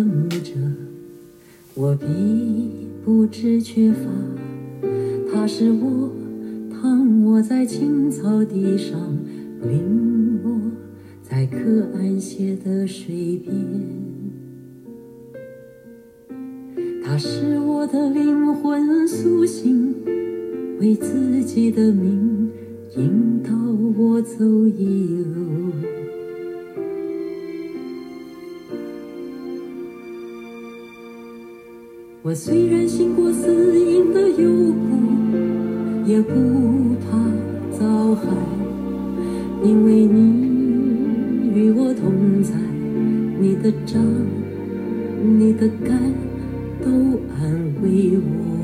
等着，我并不知缺乏。它是我躺卧在青草地上，零落在可安歇的水边。它使我的灵魂苏醒，为自己的命引导我走一路。我虽然行过死荫的幽谷，也不怕遭害，因为你与我同在，你的杖，你的竿都安慰我。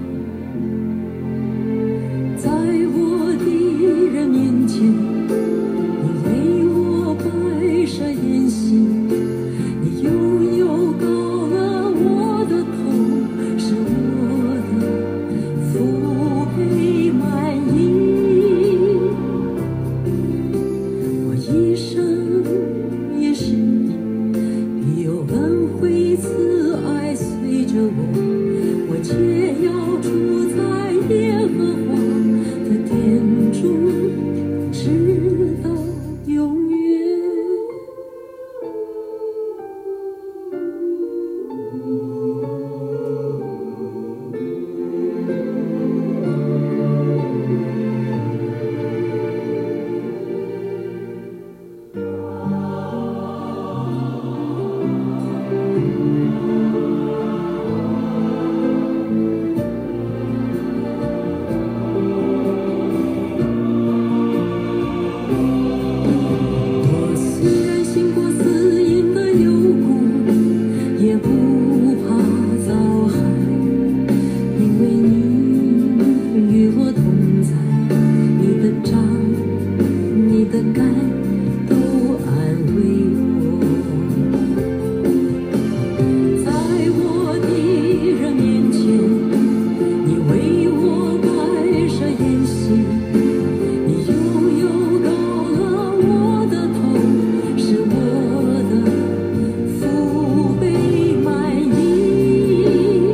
在我敌人面前，你为我摆设筵席，你拥有高了我的头，使我的腹背满溢。我一生一世必有恩惠慈爱随着我，我且要住在耶和华的殿中，直到永远。我虽然行过死荫的幽谷，也不怕遭害，因为你与我同在，你的杖，你的竿都安慰我。在我敌人面前，你为我摆设筵席，你拥有高了我的头，使我的腹背满溢。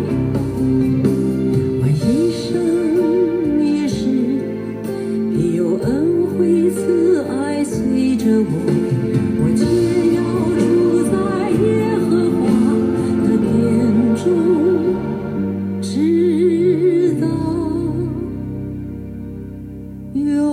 我一生一世必有恩惠慈爱随着我，我且要住在耶和华的殿中，直到永